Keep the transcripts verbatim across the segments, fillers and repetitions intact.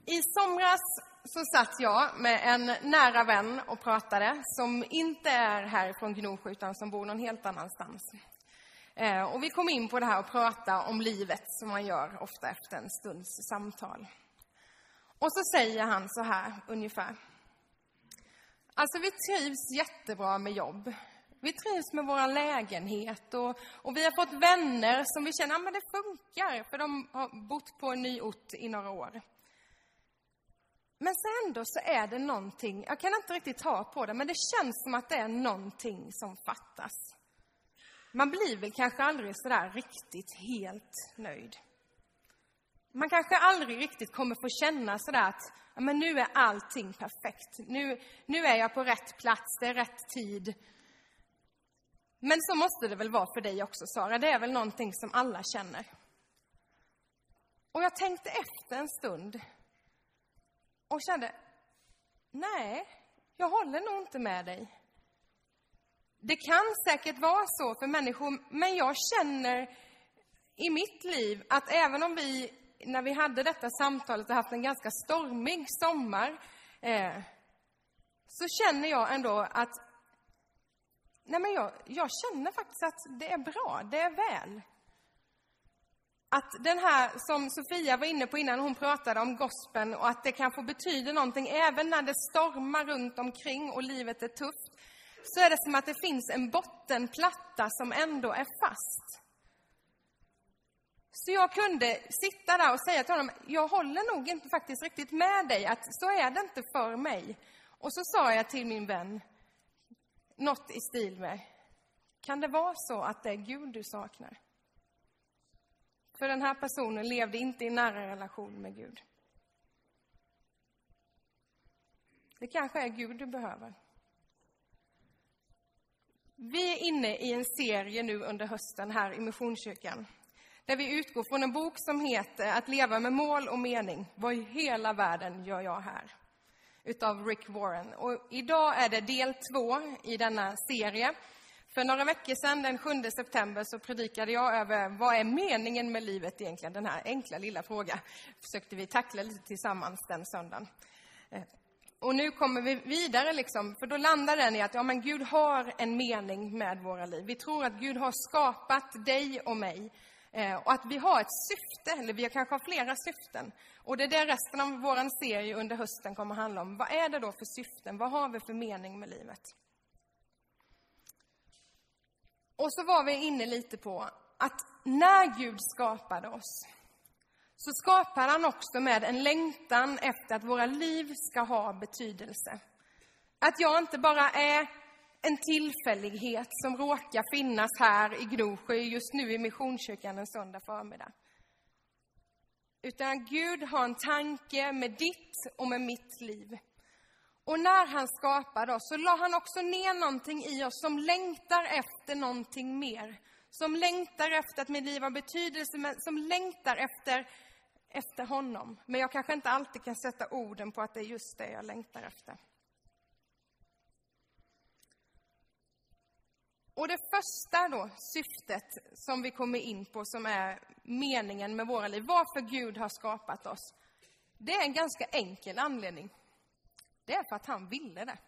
I somras så satt jag med en nära vän och pratade som inte är härifrån Gnosjö utan som bor någon helt annanstans. Eh, och vi kom in på det här och prata om livet som man gör ofta efter en stunds samtal. Och så säger han så här ungefär. Alltså vi trivs jättebra med jobb. Vi trivs med vår lägenhet och, och vi har fått vänner som vi känner att ja, det funkar för de har bott på en ny ort i några år. Men sen ändå så är det någonting, jag kan inte riktigt ta på det, men det känns som att det är någonting som fattas. Man blir väl kanske aldrig så där riktigt helt nöjd. Man kanske aldrig riktigt kommer få känna så där att ja, men nu är allting perfekt. Nu, nu är jag på rätt plats, det är rätt tid. Men så måste det väl vara för dig också, Sara. Det är väl någonting som alla känner. Och jag tänkte efter en stund och kände, nej, jag håller nog inte med dig. Det kan säkert vara så för människor, men jag känner i mitt liv att även om vi, när vi hade detta samtalet, har haft en ganska stormig sommar, eh, så känner jag ändå att nej men jag, jag känner faktiskt att det är bra, det är väl. Att den här som Sofia var inne på innan hon pratade om gospeln och att det kan få betyda någonting även när det stormar runt omkring och livet är tufft. Så är det som att det finns en bottenplatta som ändå är fast. Så jag kunde sitta där och säga till honom, jag håller nog inte faktiskt riktigt med dig, att så är det inte för mig. Och så sa jag till min vän, något i stil med, kan det vara så att det är Gud du saknar? För den här personen levde inte i nära relation med Gud. Det kanske är Gud du behöver. Vi är inne i en serie nu under hösten här i Missionskyrkan. Där vi utgår från en bok som heter Att leva med mål och mening. Vad i hela världen gör jag här? Utav Rick Warren. Och idag är det del två i denna serie. För några veckor sedan, den sjunde september, så predikade jag över vad är meningen med livet egentligen? Den här enkla lilla frågan försökte vi tackla lite tillsammans den söndagen. Och nu kommer vi vidare liksom, för då landar den i att ja, men Gud har en mening med våra liv. Vi tror att Gud har skapat dig och mig. Och att vi har ett syfte, eller vi kanske har flera syften. Och det är det resten av vår serie under hösten kommer att handla om. Vad är det då för syften? Vad har vi för mening med livet? Och så var vi inne lite på att när Gud skapade oss så skapade han också med en längtan efter att våra liv ska ha betydelse. Att jag inte bara är en tillfällighet som råkar finnas här i Gnosjö just nu i Missionskyrkan en söndag förmiddag. Utan Gud har en tanke med ditt och med mitt liv. Och när han skapade oss så la han också ner någonting i oss som längtar efter någonting mer. Som längtar efter att mitt liv har betydelse, men som längtar efter, efter honom. Men jag kanske inte alltid kan sätta orden på att det är just det jag längtar efter. Och det första då, syftet som vi kommer in på, som är meningen med våra liv, varför Gud har skapat oss, det är en ganska enkel anledning. Det är för att han ville det.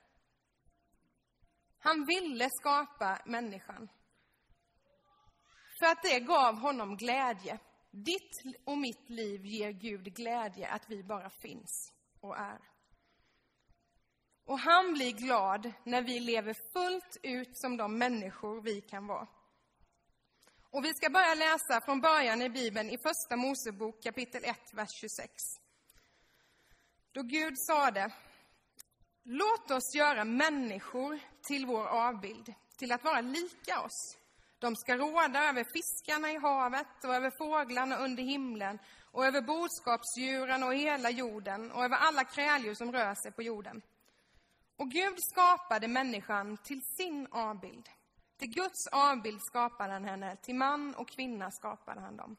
Han ville skapa människan. För att det gav honom glädje. Ditt och mitt liv ger Gud glädje att vi bara finns och är. Och han blir glad när vi lever fullt ut som de människor vi kan vara. Och vi ska börja läsa från början i Bibeln i första Mosebok kapitel ett, vers tjugosex. Då Gud sade, låt oss göra människor till vår avbild, till att vara lika oss. De ska råda över fiskarna i havet och över fåglarna under himlen och över boskapsdjuren och hela jorden och över alla kräldjur som rör sig på jorden. Och Gud skapade människan till sin avbild. Till Guds avbild skapade han henne, till man och kvinna skapade han dem.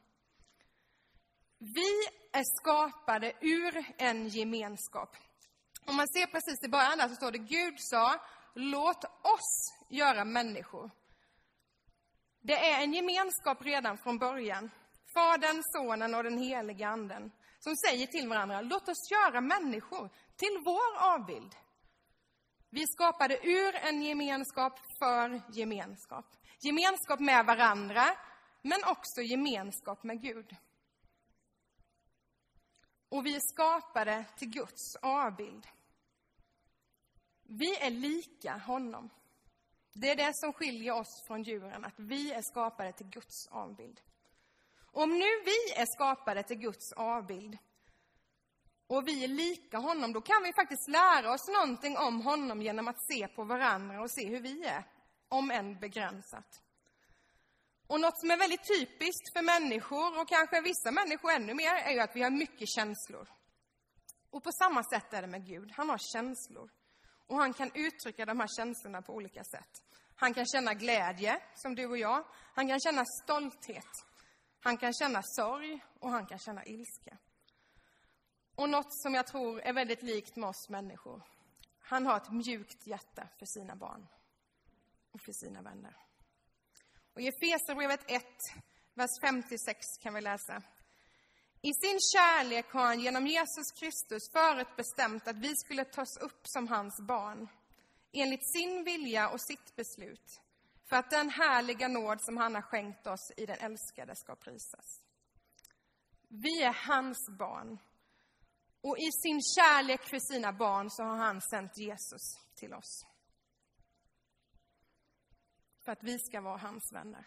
Vi är skapade ur en gemenskap. Om man ser precis i början där så står det, Gud sa, låt oss göra människor. Det är en gemenskap redan från början. Fadern, sonen och den heliga anden som säger till varandra, låt oss göra människor till vår avbild. Vi skapade ur en gemenskap för gemenskap. Gemenskap med varandra, men också gemenskap med Gud. Och vi är skapade till Guds avbild. Vi är lika honom. Det är det som skiljer oss från djuren, att vi är skapade till Guds avbild. Om nu vi är skapade till Guds avbild och vi är lika honom, då kan vi faktiskt lära oss någonting om honom genom att se på varandra och se hur vi är, om än begränsat. Och något som är väldigt typiskt för människor, och kanske vissa människor ännu mer, är ju att vi har mycket känslor. Och på samma sätt är det med Gud. Han har känslor. Och han kan uttrycka de här känslorna på olika sätt. Han kan känna glädje, som du och jag. Han kan känna stolthet. Han kan känna sorg och han kan känna ilska. Och något som jag tror är väldigt likt med oss människor. Han har ett mjukt hjärta för sina barn och för sina vänner. Och i Efesierbrevet ett, vers femtiosex kan vi läsa. I sin kärlek har han genom Jesus Kristus förutbestämt att vi skulle tas upp som hans barn, enligt sin vilja och sitt beslut, för att den härliga nåd som han har skänkt oss i den älskade ska prisas. Vi är hans barn, och i sin kärlek för sina barn så har han sänt Jesus till oss. För att vi ska vara hans vänner.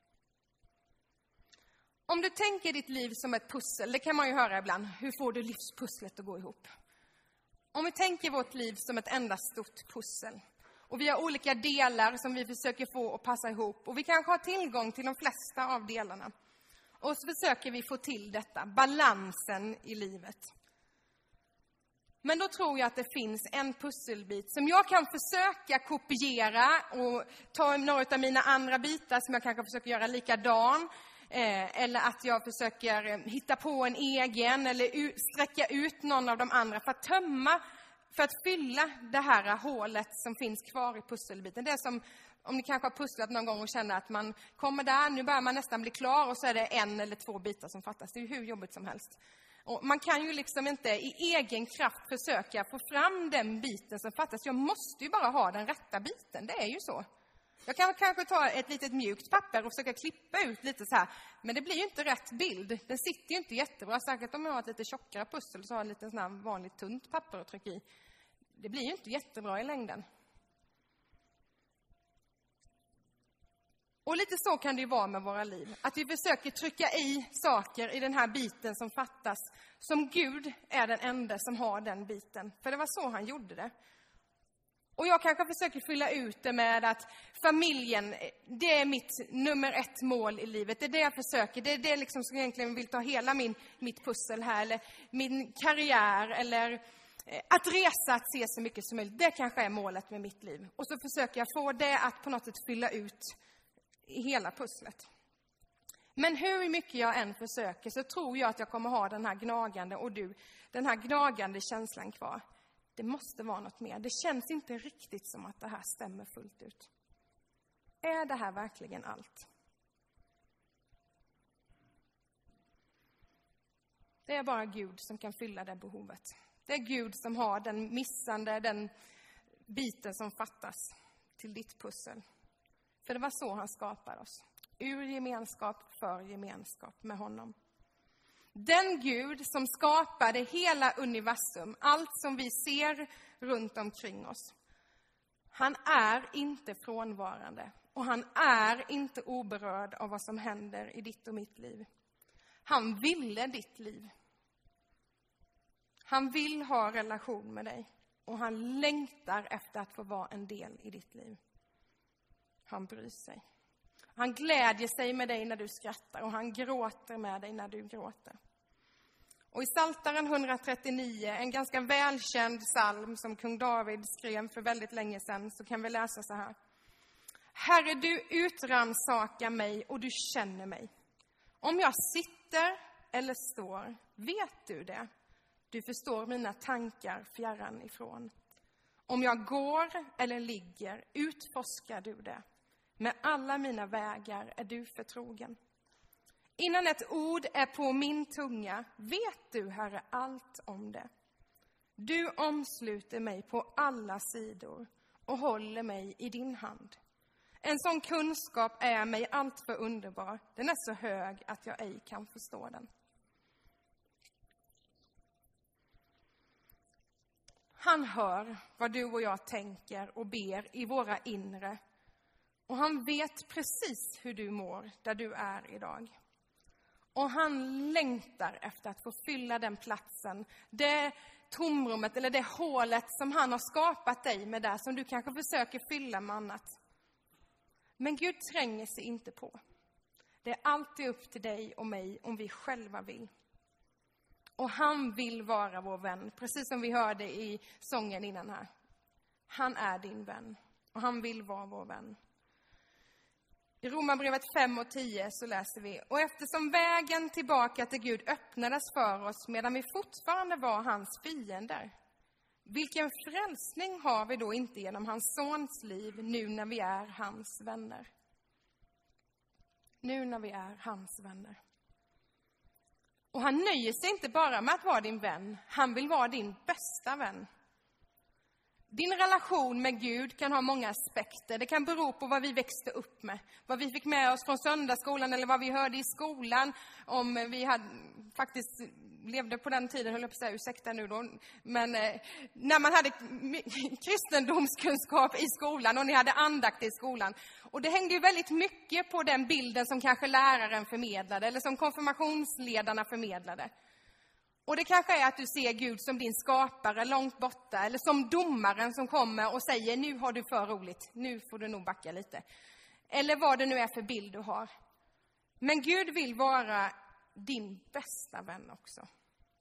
Om du tänker ditt liv som ett pussel, det kan man ju höra ibland. Hur får du livspusslet att gå ihop? Om vi tänker vårt liv som ett enda stort pussel. Och vi har olika delar som vi försöker få att passa ihop. Och vi kanske har tillgång till de flesta av delarna. Och så försöker vi få till detta, balansen i livet. Men då tror jag att det finns en pusselbit som jag kan försöka kopiera och ta några av mina andra bitar som jag kanske försöker göra likadan. Eh, eller att jag försöker hitta på en egen eller u- sträcka ut någon av de andra för att tömma, för att fylla det här hålet som finns kvar i pusselbiten. Det är som om ni kanske har pusslat någon gång och känner att man kommer där, nu börjar man nästan bli klar och så är det en eller två bitar som fattas. Det är ju hur jobbigt som helst. Och man kan ju liksom inte i egen kraft försöka få fram den biten som fattas. Jag måste ju bara ha den rätta biten, det är ju så. Jag kan kanske ta ett litet mjukt papper och försöka klippa ut lite så här. Men det blir ju inte rätt bild. Den sitter ju inte jättebra. Säkert om jag har ett lite tjockare pussel så har jag lite sån här vanligt tunt papper att trycka i. Det blir ju inte jättebra i längden. Och lite så kan det ju vara med våra liv. Att vi försöker trycka i saker i den här biten som fattas. Som Gud är den enda som har den biten. För det var så han gjorde det. Och jag kanske försöker fylla ut det med att familjen, det är mitt nummer ett mål i livet. Det är det jag försöker. Det är det liksom som jag egentligen vill ta hela min, mitt pussel här. Eller min karriär. Eller att resa, att se så mycket som möjligt. Det kanske är målet med mitt liv. Och så försöker jag få det att på något sätt fylla ut i hela pusslet. Men hur mycket jag än försöker så tror jag att jag kommer ha den här gnagande och du, den här gnagande känslan kvar. Det måste vara något mer. Det känns inte riktigt som att det här stämmer fullt ut. Är det här verkligen allt? Det är bara Gud som kan fylla det behovet. Det är Gud som har den missande, den biten som fattas till ditt pussel. För det var så han skapar oss. Ur gemenskap för gemenskap med honom. Den Gud som skapade hela universum, allt som vi ser runt omkring oss. Han är inte frånvarande och han är inte oberörd av vad som händer i ditt och mitt liv. Han ville ditt liv. Han vill ha relation med dig och han längtar efter att få vara en del i ditt liv. Han bryr sig. Han glädjer sig med dig när du skrattar och han gråter med dig när du gråter. Och i Psaltaren etthundratrettionio, en ganska välkänd psalm som kung David skrev för väldigt länge sedan, så kan vi läsa så här. Herre, du utransakar mig och du känner mig. Om jag sitter eller står, vet du det? Du förstår mina tankar fjärran ifrån. Om jag går eller ligger, utforskar du det. Med alla mina vägar är du förtrogen. Innan ett ord är på min tunga vet du, Herre, allt om det. Du omsluter mig på alla sidor och håller mig i din hand. En sån kunskap är mig allt för underbar. Den är så hög att jag ej kan förstå den. Han hör vad du och jag tänker och ber i våra inre. Och han vet precis hur du mår där du är idag. Och han längtar efter att få fylla den platsen, det tomrummet eller det hålet som han har skapat dig med där, som du kanske försöker fylla med annat. Men Gud tränger sig inte på. Det är alltid upp till dig och mig om vi själva vill. Och han vill vara vår vän, precis som vi hörde i sången innan här. Han är din vän och han vill vara vår vän. I Romarbrevet fem och tio så läser vi: och eftersom vägen tillbaka till Gud öppnades för oss medan vi fortfarande var hans fiender, vilken frälsning har vi då inte genom hans sons liv nu när vi är hans vänner? Nu när vi är hans vänner. Och han nöjer sig inte bara med att vara din vän, han vill vara din bästa vän. Din relation med Gud kan ha många aspekter. Det kan bero på vad vi växte upp med. Vad vi fick med oss från söndagsskolan eller vad vi hörde i skolan. Om vi hade, faktiskt levde på den tiden, höll jag på att säga, ursäkta nu då. Men eh, när man hade kristendomskunskap i skolan och ni hade andakt i skolan. Och det hängde ju väldigt mycket på den bilden som kanske läraren förmedlade eller som konfirmationsledarna förmedlade. Och det kanske är att du ser Gud som din skapare långt borta. Eller som domaren som kommer och säger: nu har du för roligt, nu får du nog backa lite. Eller vad det nu är för bild du har. Men Gud vill vara din bästa vän också.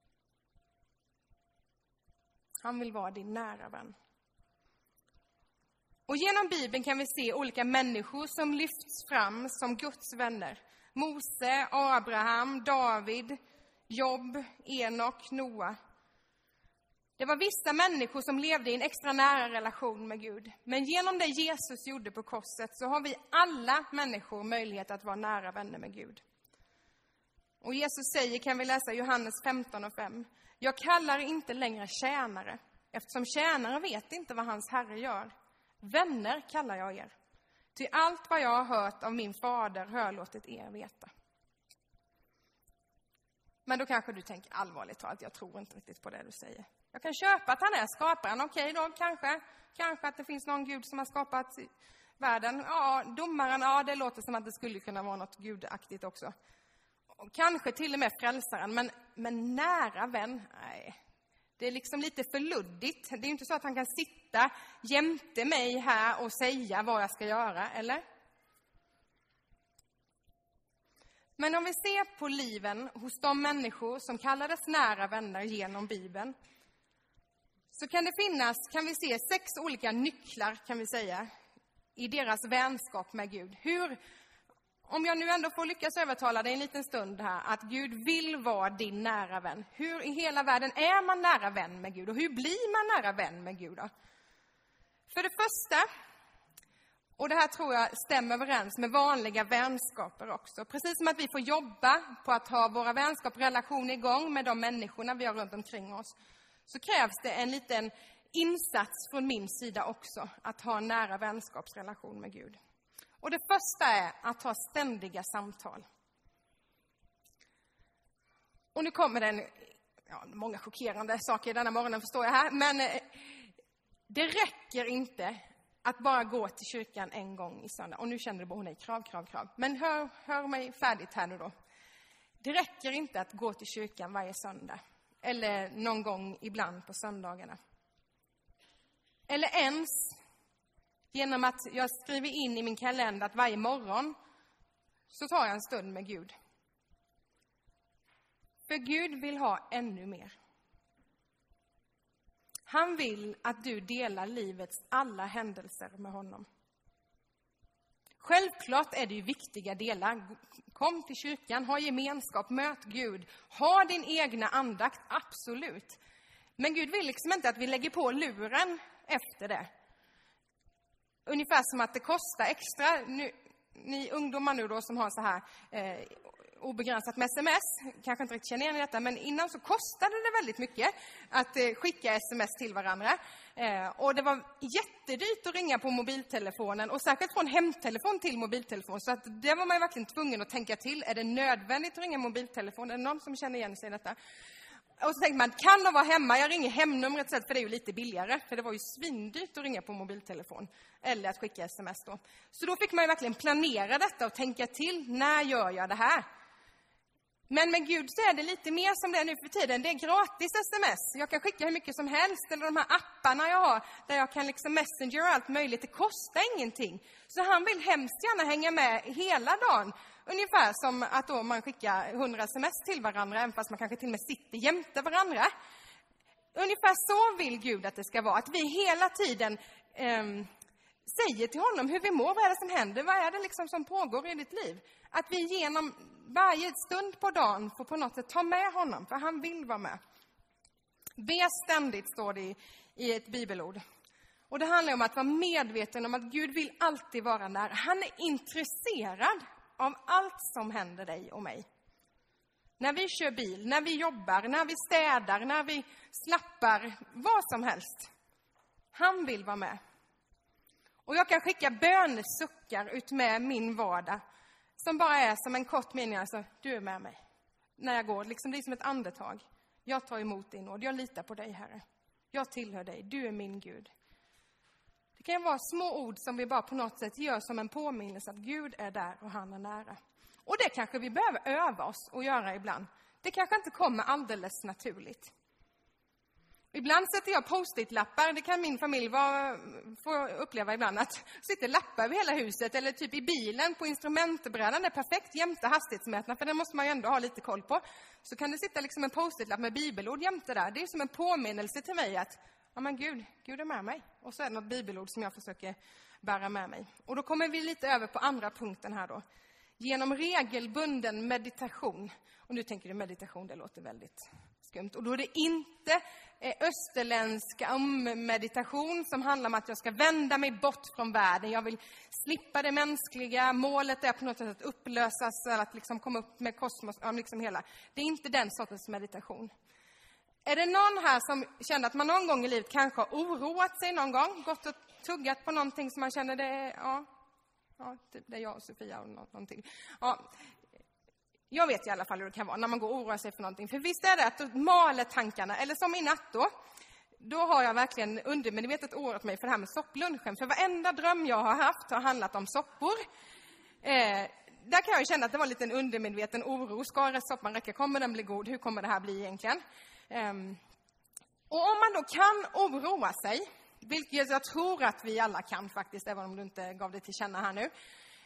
Han vill vara din nära vän. Och genom Bibeln kan vi se olika människor som lyfts fram som Guds vänner. Mose, Abraham, David, Job, Enok, Noa. Det var vissa människor som levde i en extra nära relation med Gud. Men genom det Jesus gjorde på korset så har vi alla människor möjlighet att vara nära vänner med Gud. Och Jesus säger, kan vi läsa Johannes femton och fem: jag kallar inte längre tjänare, eftersom tjänare vet inte vad hans herre gör. Vänner kallar jag er. Till allt vad jag har hört av min fader har jag låtit er veta. Men då kanske du tänker, allvarligt talat, jag tror inte riktigt på det du säger. Jag kan köpa att han är skaparen, okej då, kanske. Kanske att det finns någon Gud som har skapat världen. Ja, domaren, ja, det låter som att det skulle kunna vara något gudaktigt också. Och kanske till och med frälsaren, men, men nära vän, nej. Det är liksom lite för luddigt. Det är ju inte så att han kan sitta jämte mig här och säga vad jag ska göra, eller? Men om vi ser på liven hos de människor som kallades nära vänner genom Bibeln, så kan det finnas, kan vi se, sex olika nycklar, kan vi säga, i deras vänskap med Gud. Hur, om jag nu ändå får lyckas övertala dig en liten stund här, att Gud vill vara din nära vän. Hur i hela världen är man nära vän med Gud? Och hur blir man nära vän med Gud då? För det första, och det här tror jag stämmer överens med vanliga vänskaper också. Precis som att vi får jobba på att ha våra vänskap och relationer igång med de människorna vi har runt omkring oss, så krävs det en liten insats från min sida också att ha en nära vänskapsrelation med Gud. Och det första är att ha ständiga samtal. Och nu kommer det en, ja, många chockerande saker denna morgonen, förstår jag här. Men eh, det räcker inte att bara gå till kyrkan en gång i söndag. Och nu känner du bara, nej, krav, krav, krav. Men hör, hör mig färdigt här nu då. Det räcker inte att gå till kyrkan varje söndag. Eller någon gång ibland på söndagarna. Eller ens genom att jag skriver in i min kalender att varje morgon så tar jag en stund med Gud. För Gud vill ha ännu mer. Han vill att du delar livets alla händelser med honom. Självklart är det ju viktiga delar. Kom till kyrkan, ha gemenskap, möt Gud. Ha din egna andakt, absolut. Men Gud vill liksom inte att vi lägger på luren efter det. Ungefär som att det kostar extra. Nu, ni ungdomar nu då som har så här eh, obegränsat med sms. Kanske inte riktigt känner igen detta, men innan så kostade det väldigt mycket att eh, skicka sms till varandra. Eh, och det var jättedyrt att ringa på mobiltelefonen, och särskilt från hemtelefon till mobiltelefon. Så att det var man ju verkligen tvungen att tänka till. Är det nödvändigt att ringa mobiltelefon? Är det någon som känner igen sig i detta? Och så tänkte man, kan de vara hemma? Jag ringer hemnumret istället, för det är ju lite billigare. För det var ju svindyrt att ringa på mobiltelefon. Eller att skicka sms då. Så då fick man ju verkligen planera detta och tänka till. När gör jag det här? Men med Gud så är det lite mer som det är nu för tiden. Det är gratis sms. Jag kan skicka hur mycket som helst. Eller de här apparna jag har, där jag kan liksom messenger och allt möjligt. Det kostar ingenting. Så han vill hemskt gärna hänga med hela dagen. Ungefär som att då man skickar hundra sms till varandra, även fast man kanske till och med sitter jämte varandra. Ungefär så vill Gud att det ska vara. Att vi hela tiden eh, säger till honom hur vi mår, vad är det som händer, vad är det liksom som pågår i ditt liv. Att vi genom varje stund på dagen får på något sätt ta med honom, för han vill vara med. Be ständigt, står det i, i ett bibelord. Och det handlar om att vara medveten om att Gud vill alltid vara nära. Han är intresserad av allt som händer dig och mig. När vi kör bil, när vi jobbar, när vi städar, när vi slappar, vad som helst. Han vill vara med. Och jag kan skicka bönesuckar ut med min vardag, som bara är som en kort mening, alltså, du är med mig. När jag går, liksom det är som ett andetag. Jag tar emot din nåd, jag litar på dig, Herre. Jag tillhör dig, du är min Gud. Det kan vara små ord som vi bara på något sätt gör som en påminnelse att Gud är där och han är nära. Och det kanske vi behöver öva oss och göra ibland. Det kanske inte kommer alldeles naturligt. Ibland sätter jag post-it-lappar, det kan min familj vara, få uppleva ibland, att sitter lappar över hela huset eller typ i bilen på instrumentbrädan. Det är perfekt jämte hastighetsmätarna, för det måste man ju ändå ha lite koll på. Så kan det sitta liksom en post-it-lapp med bibelord jämte där. Det är som en påminnelse till mig att ja, men Gud, Gud är med mig. Och så är det något bibelord som jag försöker bära med mig. Och då kommer vi lite över på andra punkten här då. Genom regelbunden meditation. Och nu tänker du meditation, det låter väldigt skumt. Och då är det inte österländsk meditation som handlar om att jag ska vända mig bort från världen. Jag vill slippa det mänskliga. Målet är på något sätt att upplösas, eller att liksom komma upp med kosmos, liksom hela. Det är inte den sortens meditation. Är det någon här som känner att man någon gång i livet kanske har oroat sig någon gång? Gått och tuggat på någonting som man känner det är, ja, ja typ det är jag och Sofia och någonting. Ja, jag vet i alla fall hur det kan vara när man går och oroar sig för någonting. För visst är det att då maler tankarna, eller som i natt då. Då har jag verkligen undermedvetet oroat mig för det här med sopplunchen. För varenda dröm jag har haft har handlat om soppor. Eh, Där kan jag ju känna att det var en liten undermedveten oro. Ska restsoppan räcka? Kommer den bli god? Hur kommer det här bli egentligen? Um, och om man då kan oroa sig, vilket jag tror att vi alla kan faktiskt, även om du inte gav det till känna här nu,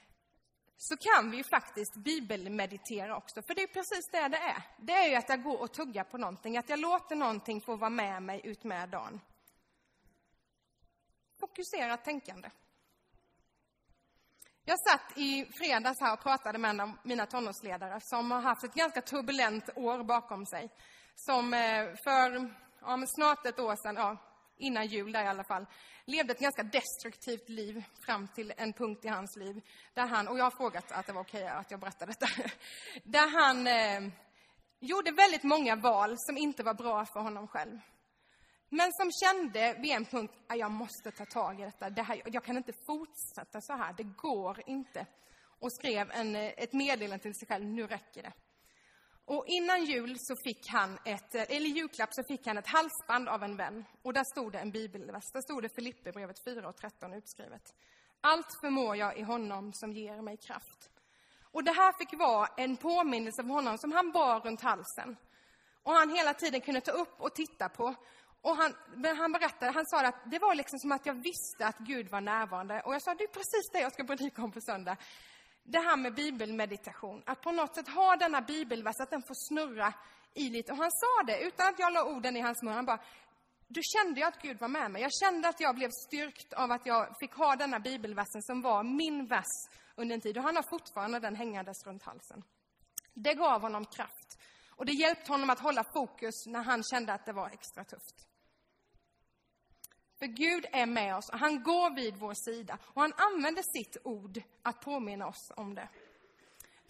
så kan vi ju faktiskt bibelmeditera också. För det är precis det det är. Det är ju att jag går och tuggar på någonting. Att jag låter någonting få vara med mig ut med dagen. Fokuserat tänkande. Jag satt i fredags här och pratade med en av mina tonårsledare som har haft ett ganska turbulent år bakom sig. Som för ja, snart ett år sedan, ja, innan jul där i alla fall, levde ett ganska destruktivt liv fram till en punkt i hans liv. Där han, och jag har frågat att det var okej att jag berättade detta. Där han eh, gjorde väldigt många val som inte var bra för honom själv. Men som kände vid en punkt att jag måste ta tag i detta. Det här, jag kan inte fortsätta så här, det går inte. Och skrev en, ett meddelande till sig själv, nu räcker det. Och innan jul så fick han ett, eller julklapp så fick han ett halsband av en vän. Och där stod det en bibelvers, där stod det Filipperbrevet fyra och tretton utskrivet. Allt förmår jag i honom som ger mig kraft. Och det här fick vara en påminnelse för honom som han bar runt halsen. Och han hela tiden kunde ta upp och titta på. Och han, han berättade, han sa att det var liksom som att jag visste att Gud var närvarande. Och jag sa, det är precis det jag ska predika om på söndag. Det här med bibelmeditation. Att på något sätt ha denna bibelvers, att den får snurra i lite. Och han sa det utan att jag la orden i hans mun. Han bara, då kände jag att Gud var med mig. Jag kände att jag blev styrkt av att jag fick ha denna bibelversen som var min vers under en tid. Och han har fortfarande den hängandes runt halsen. Det gav honom kraft. Och det hjälpte honom att hålla fokus när han kände att det var extra tufft. För Gud är med oss och han går vid vår sida. Och han använder sitt ord att påminna oss om det.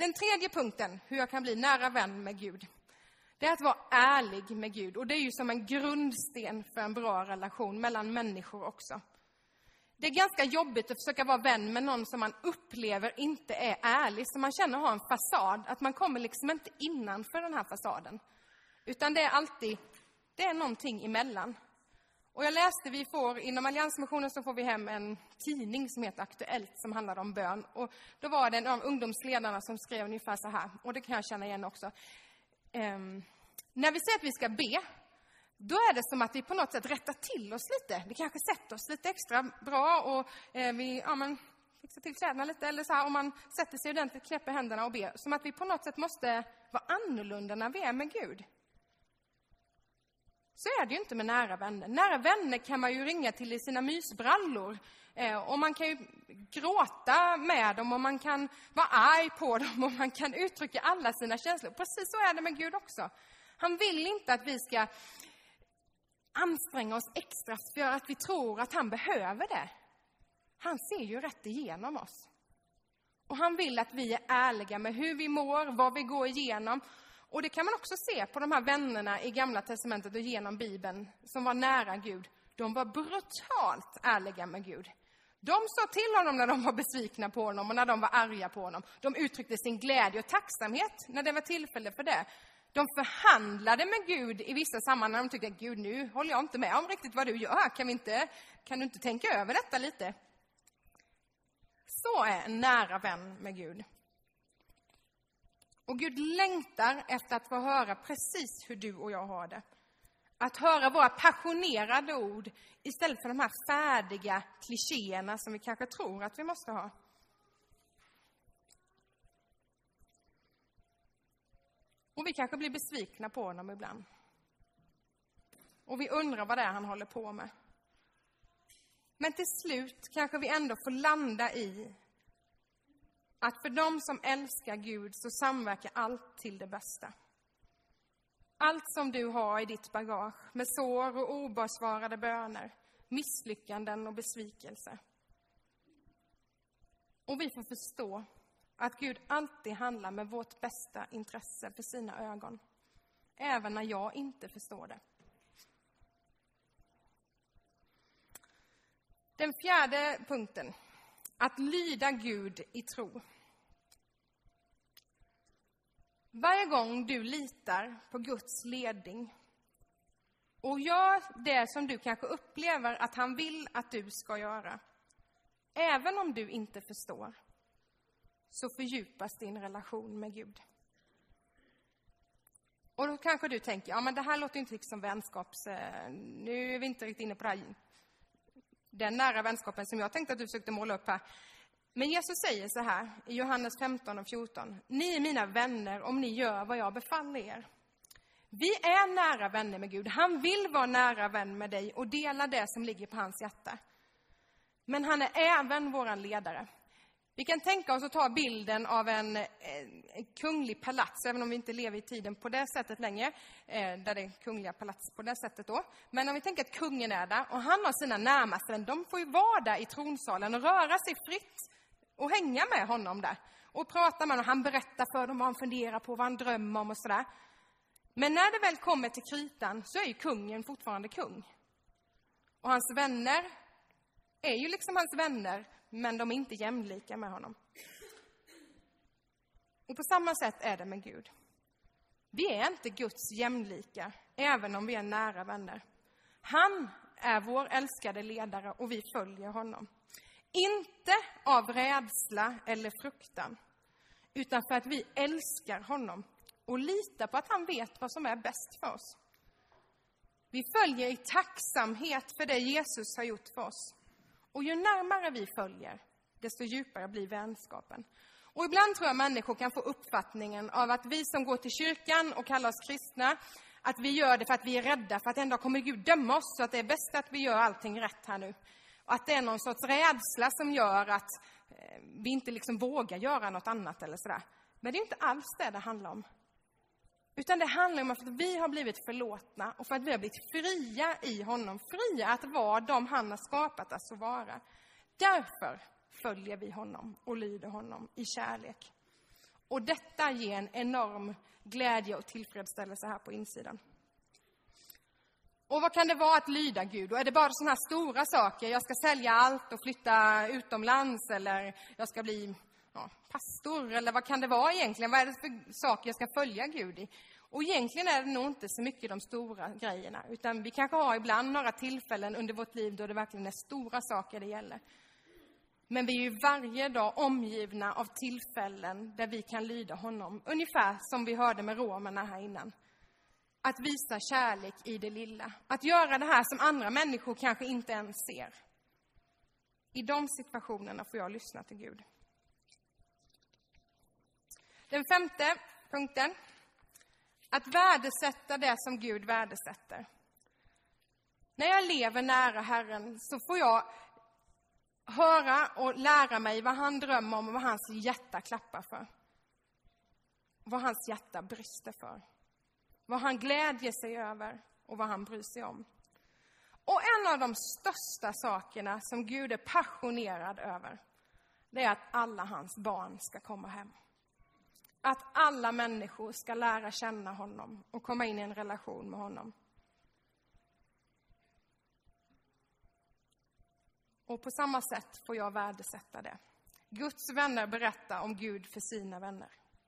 Den tredje punkten, hur jag kan bli nära vän med Gud, det är att vara ärlig med Gud. Och det är ju som en grundsten för en bra relation mellan människor också. Det är ganska jobbigt att försöka vara vän med någon som man upplever inte är ärlig. Som man känner har en fasad. Att man kommer liksom inte innanför den här fasaden. Utan det är alltid, det är någonting emellan. Och jag läste, vi får, inom Alliansmissionen så får vi hem en tidning som heter Aktuellt som handlar om bön. Och då var det en av ungdomsledarna som skrev ungefär så här. Och det kan jag känna igen också. Um, när vi säger att vi ska be, då är det som att vi på något sätt rättar till oss lite. Vi kanske sätter oss lite extra bra och eh, vi ja, men, fixar till kläderna lite. Eller så här, om man sätter sig ordentligt, knäpper händerna och ber. Som att vi på något sätt måste vara annorlunda när vi är med Gud. Så är det ju inte med nära vänner. Nära vänner kan man ju ringa till i sina mysbrallor. Eh, och man kan ju gråta med dem och man kan vara arg på dem och man kan uttrycka alla sina känslor. Precis så är det med Gud också. Han vill inte att vi ska anstränga oss extra för att vi tror att han behöver det. Han ser ju rätt igenom oss. Och han vill att vi är ärliga med hur vi mår, vad vi går igenom. Och det kan man också se på de här vännerna i Gamla testamentet och genom Bibeln som var nära Gud. De var brutalt ärliga med Gud. De sa till honom när de var besvikna på honom och när de var arga på honom. De uttryckte sin glädje och tacksamhet när det var tillfälle för det. De förhandlade med Gud i vissa sammanhang när de tyckte att Gud, nu håller jag inte med om riktigt vad du gör. Kan, vi inte, kan du inte tänka över detta lite? Så är en nära vän med Gud. Och Gud längtar efter att få höra precis hur du och jag har det. Att höra våra passionerade ord istället för de här färdiga klichéerna som vi kanske tror att vi måste ha. Och vi kanske blir besvikna på honom ibland. Och vi undrar vad det är han håller på med. Men till slut kanske vi ändå får landa i att för dem som älskar Gud så samverkar allt till det bästa. Allt som du har i ditt bagage med sår och obesvarade böner, misslyckanden och besvikelse. Och vi får förstå att Gud alltid handlar med vårt bästa intresse för sina ögon. Även när jag inte förstår det. Den fjärde punkten. Att lyda Gud i tro. Varje gång du litar på Guds ledning och gör det som du kanske upplever att han vill att du ska göra, även om du inte förstår, så fördjupas din relation med Gud. Och då kanske du tänker, ja men det här låter inte riktigt som vänskaps... Nu är vi inte riktigt inne på det här, den nära vänskapen som jag tänkte att du försökte måla upp här. Men Jesus säger så här i Johannes femton och fjorton. Ni är mina vänner om ni gör vad jag befaller er. Vi är nära vänner med Gud. Han vill vara nära vän med dig och dela det som ligger på hans hjärta. Men han är även våran ledare. Vi kan tänka oss att ta bilden av en, en kunglig palats, även om vi inte lever i tiden på det sättet längre, eh, där det är kungliga palats på det sättet då. Men om vi tänker att kungen är där och han har sina närmaste, de får ju vara där i tronsalen och röra sig fritt och hänga med honom där. Och prata med honom, han berättar för dem vad han funderar på, vad han drömmer om och sådär. Men när det väl kommer till kritan så är ju kungen fortfarande kung. Och hans vänner är ju liksom hans vänner, men de är inte jämlika med honom. Och på samma sätt är det med Gud. Vi är inte Guds jämlika, även om vi är nära vänner. Han är vår älskade ledare och vi följer honom. Inte av rädsla eller fruktan, utan för att vi älskar honom och litar på att han vet vad som är bäst för oss. Vi följer i tacksamhet för det Jesus har gjort för oss. Och ju närmare vi följer, desto djupare blir vänskapen. Och ibland tror jag människor kan få uppfattningen av att vi som går till kyrkan och kallar oss kristna, att vi gör det för att vi är rädda för att en dag kommer Gud döma oss, så att det är bäst att vi gör allting rätt här nu. Och att det är någon sorts rädsla som gör att vi inte liksom vågar göra något annat eller sådär. Men det är inte alls det det handlar om. Utan det handlar om att vi har blivit förlåtna och för att vi har blivit fria i honom. Fria att vara de han har skapat oss att vara. Därför följer vi honom och lyder honom i kärlek. Och detta ger en enorm glädje och tillfredsställelse här på insidan. Och vad kan det vara att lyda Gud? Och är det bara sådana här stora saker? Jag ska sälja allt och flytta utomlands, eller jag ska bli ja, pastor, eller vad kan det vara egentligen? Vad är det för saker jag ska följa Gud i? Och egentligen är det nog inte så mycket de stora grejerna, utan vi kanske har ibland några tillfällen under vårt liv då det verkligen är stora saker det gäller. Men vi är ju varje dag omgivna av tillfällen där vi kan lyda honom, ungefär som vi hörde med romerna här innan. Att visa kärlek i det lilla. Att göra det här som andra människor kanske inte ens ser. I de situationerna får jag lyssna till Gud. Den femte punkten. Att värdesätta det som Gud värdesätter. När jag lever nära Herren så får jag höra och lära mig vad han drömmer om och vad hans hjärta klappar för. Vad hans hjärta brister för. Vad han glädjer sig över och vad han bryr sig om. Och en av de största sakerna som Gud är passionerad över, det är att alla hans barn ska komma hem. Att alla människor ska lära känna honom och komma in i en relation med honom. Och på samma sätt får jag värdesätta det. Guds vänner berättar om Gud för sina vänner.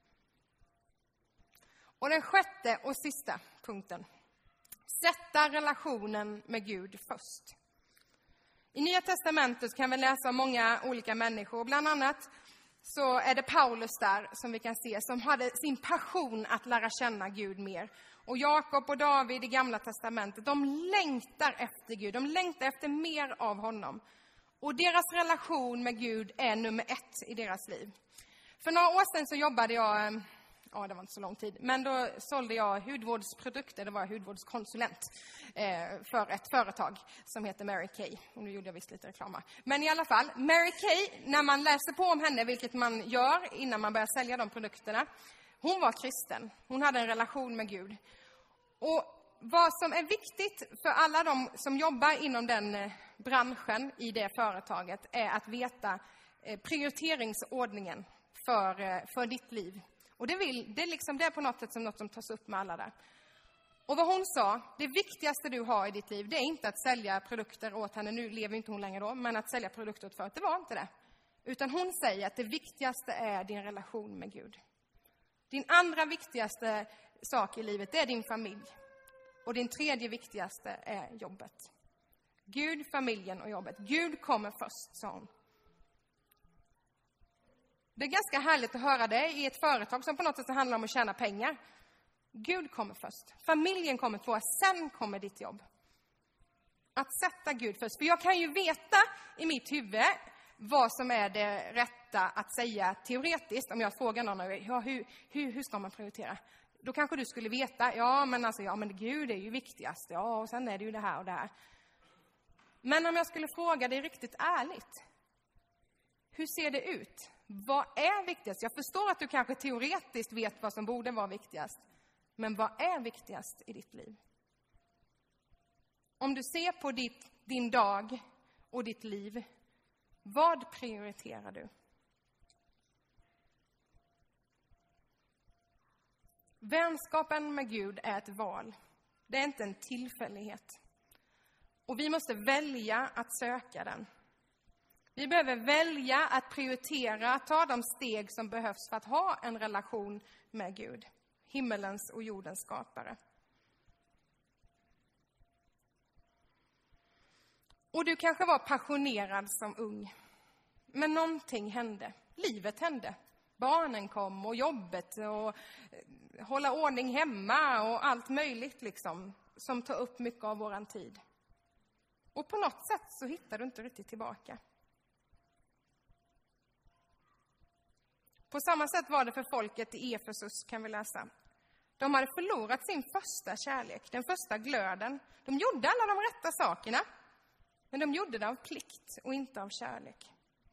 Och den sjätte och sista punkten. Sätta relationen med Gud först. I Nya testamentet kan vi läsa om många olika människor. Bland annat så är det Paulus där som vi kan se som hade sin passion att lära känna Gud mer. Och Jakob och David i Gamla testamentet, de längtar efter Gud. De längtar efter mer av honom. Och deras relation med Gud är nummer ett i deras liv. För några år sedan så jobbade jag, ja det var inte så lång tid, men då sålde jag hudvårdsprodukter, det var jag hudvårdskonsulent eh, för ett företag som heter Mary Kay. Och nu gjorde jag visst lite reklam. Men i alla fall, Mary Kay, när man läser på om henne, vilket man gör innan man börjar sälja de produkterna, hon var kristen, hon hade en relation med Gud. Och vad som är viktigt för alla de som jobbar inom den branschen i det företaget är att veta prioriteringsordningen för, för ditt liv. Och det, vill, det, är liksom, det är på något sätt som något som tas upp med alla där. Och vad hon sa, det viktigaste du har i ditt liv, det är inte att sälja produkter åt henne. Nu lever inte hon längre då, men att sälja produkter åt företag, det var inte det. Utan hon säger att det viktigaste är din relation med Gud. Din andra viktigaste sak i livet, det är din familj. Och din tredje viktigaste är jobbet. Gud, familjen och jobbet. Gud kommer först, sa hon. Det är ganska härligt att höra det i ett företag som på något sätt handlar om att tjäna pengar. Gud kommer först. Familjen kommer två, sen kommer ditt jobb. Att sätta Gud först. För jag kan ju veta i mitt huvud vad som är det rätta att säga teoretiskt. Om jag frågar någon, ja, hur, hur, hur ska man prioritera? Då kanske du skulle veta, ja men alltså, ja men Gud är ju viktigast. Ja, och sen är det ju det här och det här. Men om jag skulle fråga dig riktigt ärligt. Hur ser det ut? Vad är viktigast? Jag förstår att du kanske teoretiskt vet vad som borde vara viktigast. Men vad är viktigast i ditt liv? Om du ser på ditt, din dag och ditt liv, vad prioriterar du? Vänskapen med Gud är ett val. Det är inte en tillfällighet. Och vi måste välja att söka den. Vi behöver välja att prioritera, att ta de steg som behövs för att ha en relation med Gud. Himmelens och jordens skapare. Och du kanske var passionerad som ung. Men någonting hände. Livet hände. Barnen kom och jobbet och hålla ordning hemma och allt möjligt liksom. Som tar upp mycket av våran tid. Och på något sätt så hittar du inte riktigt tillbaka. På samma sätt var det för folket i Efesus, kan vi läsa. De hade förlorat sin första kärlek, den första glöden. De gjorde alla de rätta sakerna, men de gjorde det av plikt och inte av kärlek.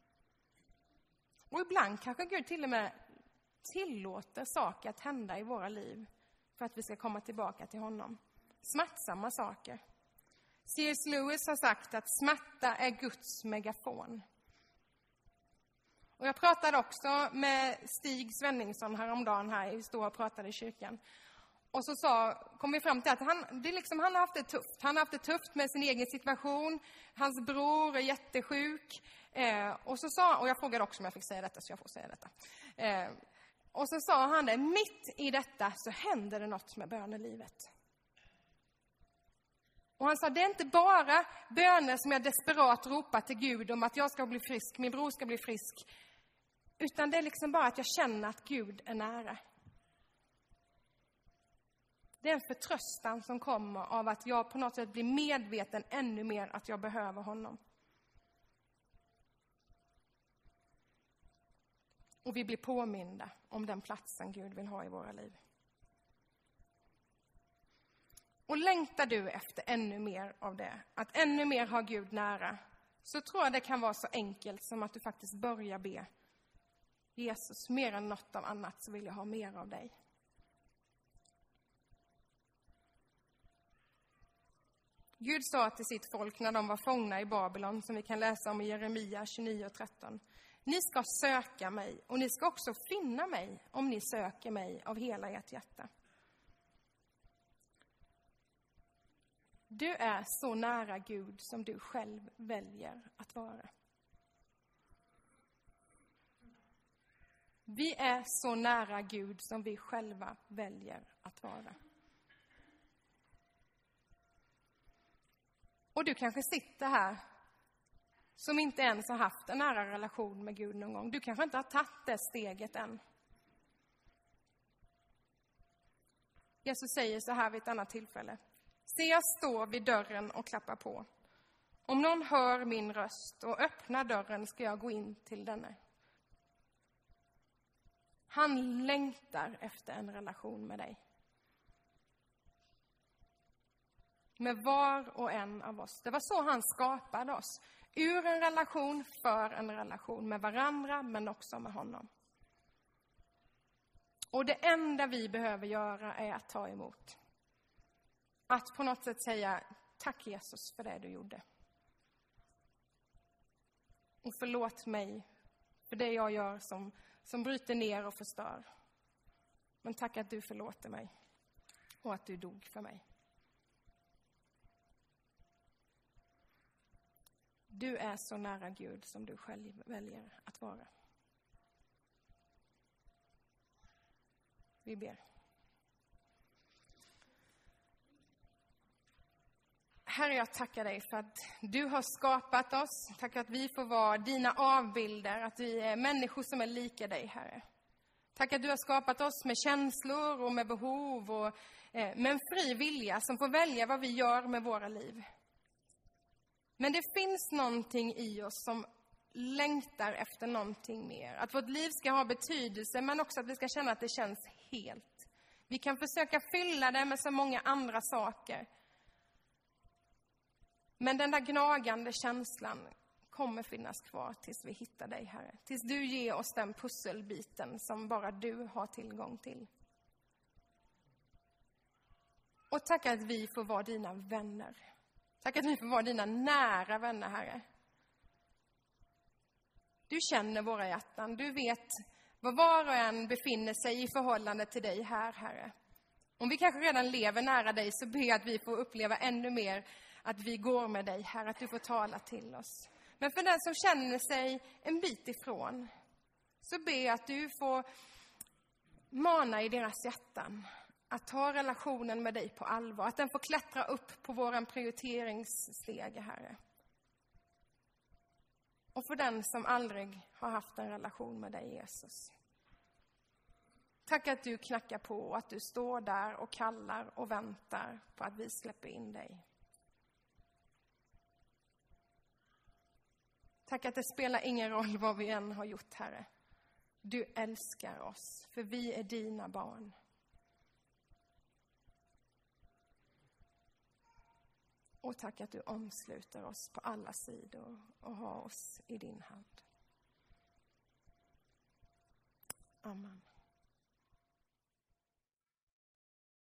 Och ibland kanske Gud till och med tillåter saker att hända i våra liv för att vi ska komma tillbaka till honom. Smärtsamma saker. C S Lewis har sagt att smärta är Guds megafon. Och jag pratade också med Stig Svenningsson häromdagen här, vi stod och pratade i kyrkan. Och så sa, kom vi fram till att han, det liksom, han har haft det tufft. Han har haft det tufft med sin egen situation. Hans bror är jättesjuk. Eh, och, så sa, och jag frågade också om jag fick säga detta, så jag får säga detta. Eh, och så sa han det, mitt i detta så händer det något med bönelivet. Och han sa, det är inte bara böner som jag desperat ropar till Gud om att jag ska bli frisk, min bror ska bli frisk. Utan det är liksom bara att jag känner att Gud är nära. Det är en förtröstan som kommer av att jag på något sätt blir medveten ännu mer att jag behöver honom. Och vi blir påminda om den platsen Gud vill ha i våra liv. Och längtar du efter ännu mer av det, att ännu mer ha Gud nära, så tror jag det kan vara så enkelt som att du faktiskt börjar be. Jesus, mer än något av annat så vill jag ha mer av dig. Gud sa till sitt folk när de var fångna i Babylon, som vi kan läsa om i Jeremia tjugonio och tretton. Ni ska söka mig, och ni ska också finna mig om ni söker mig av hela ert hjärta. Du är så nära Gud som du själv väljer att vara. Vi är så nära Gud som vi själva väljer att vara. Och du kanske sitter här som inte ens har haft en nära relation med Gud någon gång. Du kanske inte har tagit det steget än. Jesus säger så här vid ett annat tillfälle. Se, jag står vid dörren och klappar på. Om någon hör min röst och öppnar dörren ska jag gå in till denne. Han längtar efter en relation med dig. Med var och en av oss. Det var så han skapade oss. Ur en relation, för en relation med varandra, men också med honom. Och det enda vi behöver göra är att ta emot. Att på något sätt säga, tack Jesus för det du gjorde. Och förlåt mig för det jag gör som, som bryter ner och förstör. Men tack att du förlåter mig och att du dog för mig. Du är så nära Gud som du själv väljer att vara. Vi ber. Herre, jag tackar dig för att du har skapat oss. Tack att vi får vara dina avbilder, att vi är människor som är lika dig, Herre. Tack att du har skapat oss med känslor och med behov och eh, med en fri vilja som får välja vad vi gör med våra liv. Men det finns någonting i oss som längtar efter någonting mer. Att vårt liv ska ha betydelse, men också att vi ska känna att det känns helt. Vi kan försöka fylla det med så många andra saker. Men den där gnagande känslan kommer finnas kvar tills vi hittar dig, Herre. Tills du ger oss den pusselbiten som bara du har tillgång till. Och tack att vi får vara dina vänner. Tack att vi får vara dina nära vänner, Herre. Du känner våra hjärtan. Du vet var var och en befinner sig i förhållande till dig här, Herre. Om vi kanske redan lever nära dig så ber jag att vi får uppleva ännu mer att vi går med dig, Herre. Att du får tala till oss. Men för den som känner sig en bit ifrån så ber jag att du får mana i deras hjärtan. Att ta relationen med dig på allvar. Att den får klättra upp på våran prioriteringssteg, Herre. Och för den som aldrig har haft en relation med dig, Jesus. Tack att du knackar på och att du står där och kallar och väntar på att vi släpper in dig. Tack att det spelar ingen roll vad vi än har gjort, Herre. Du älskar oss, för vi är dina barn. Och tack att du omsluter oss på alla sidor och har oss i din hand. Amen.